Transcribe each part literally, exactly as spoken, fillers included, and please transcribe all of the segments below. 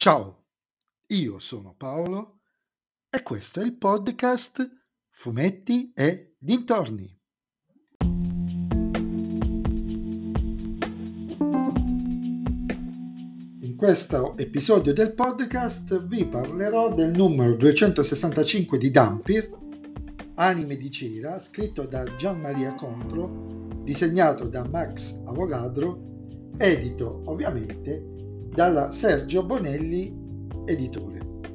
Ciao, io sono Paolo e questo è il podcast Fumetti e Dintorni. In questo episodio del podcast vi parlerò del numero duecentosessantacinque di Dhampir, Anime di cera, scritto da Gian Maria Contro, disegnato da Max Avogadro, edito ovviamente dalla Sergio Bonelli Editore.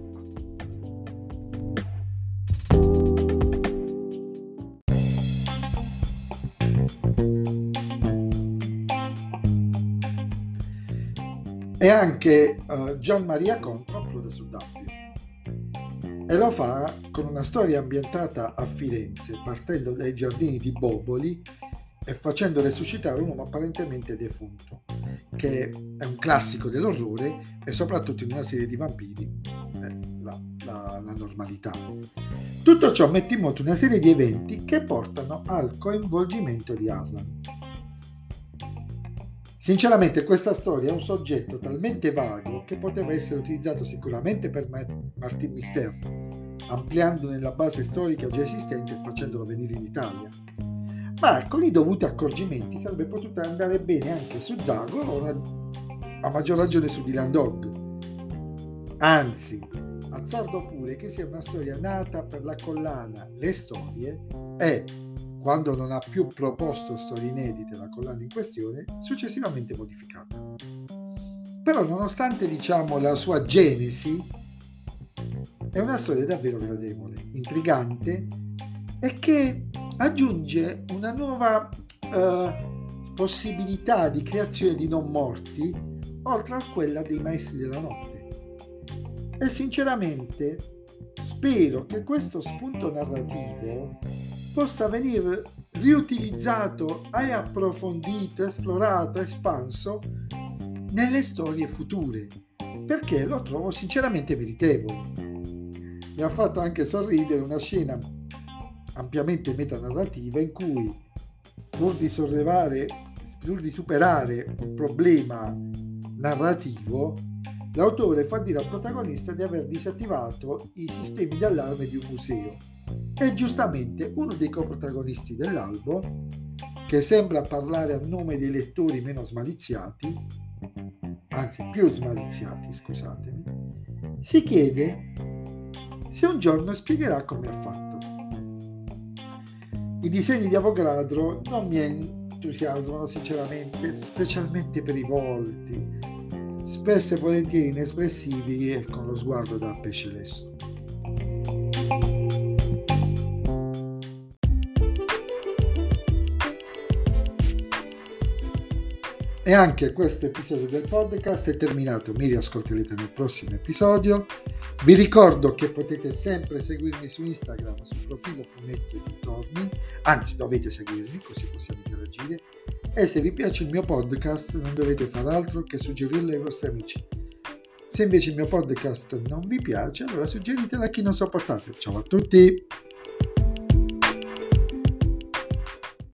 E anche uh, Gian Maria Contro approda su Dhampir e lo fa con una storia ambientata a Firenze, partendo dai giardini di Boboli e facendo resuscitare un uomo apparentemente defunto, che è un classico dell'orrore e soprattutto in una serie di vampiri, eh, la, la, la normalità. Tutto ciò mette in moto una serie di eventi che portano al coinvolgimento di Harlan. Sinceramente questa storia è un soggetto talmente vago che poteva essere utilizzato sicuramente per Martin Mister, ampliandone la base storica già esistente e facendolo venire in Italia, ma con i dovuti accorgimenti sarebbe potuta andare bene anche su Zagor o a maggior ragione su Dylan Dog. Anzi, azzardo pure che sia una storia nata per la collana Le Storie e, quando non ha più proposto storie inedite la collana in questione, successivamente modificata. Però nonostante diciamo la sua genesi, è una storia davvero gradevole, intrigante e che aggiunge una nuova uh, possibilità di creazione di non morti oltre a quella dei maestri della notte. E sinceramente spero che questo spunto narrativo possa venire riutilizzato e approfondito, esplorato, espanso nelle storie future, perché lo trovo sinceramente meritevole. Mi ha fatto anche sorridere una scena ampiamente metanarrativa in cui, pur di sollevare, pur di superare un problema narrativo, l'autore fa dire al protagonista di aver disattivato i sistemi d'allarme di un museo. E giustamente uno dei coprotagonisti dell'albo, che sembra parlare a nome dei lettori meno smaliziati, anzi più smaliziati, scusatemi, si chiede se un giorno spiegherà come ha fatto. I disegni di Avogadro non mi entusiasmano sinceramente, specialmente per i volti, spesso e volentieri inespressivi e con lo sguardo da pesce lesso. E anche questo episodio del podcast è terminato, mi riascolterete nel prossimo episodio. Vi ricordo che potete sempre seguirmi su Instagram, sul profilo Fumetti e Dintorni, anzi dovete seguirmi così possiamo interagire, e se vi piace il mio podcast non dovete fare altro che suggerirlo ai vostri amici. Se invece il mio podcast non vi piace, allora suggeritelo a chi non sopportate. Ciao a tutti!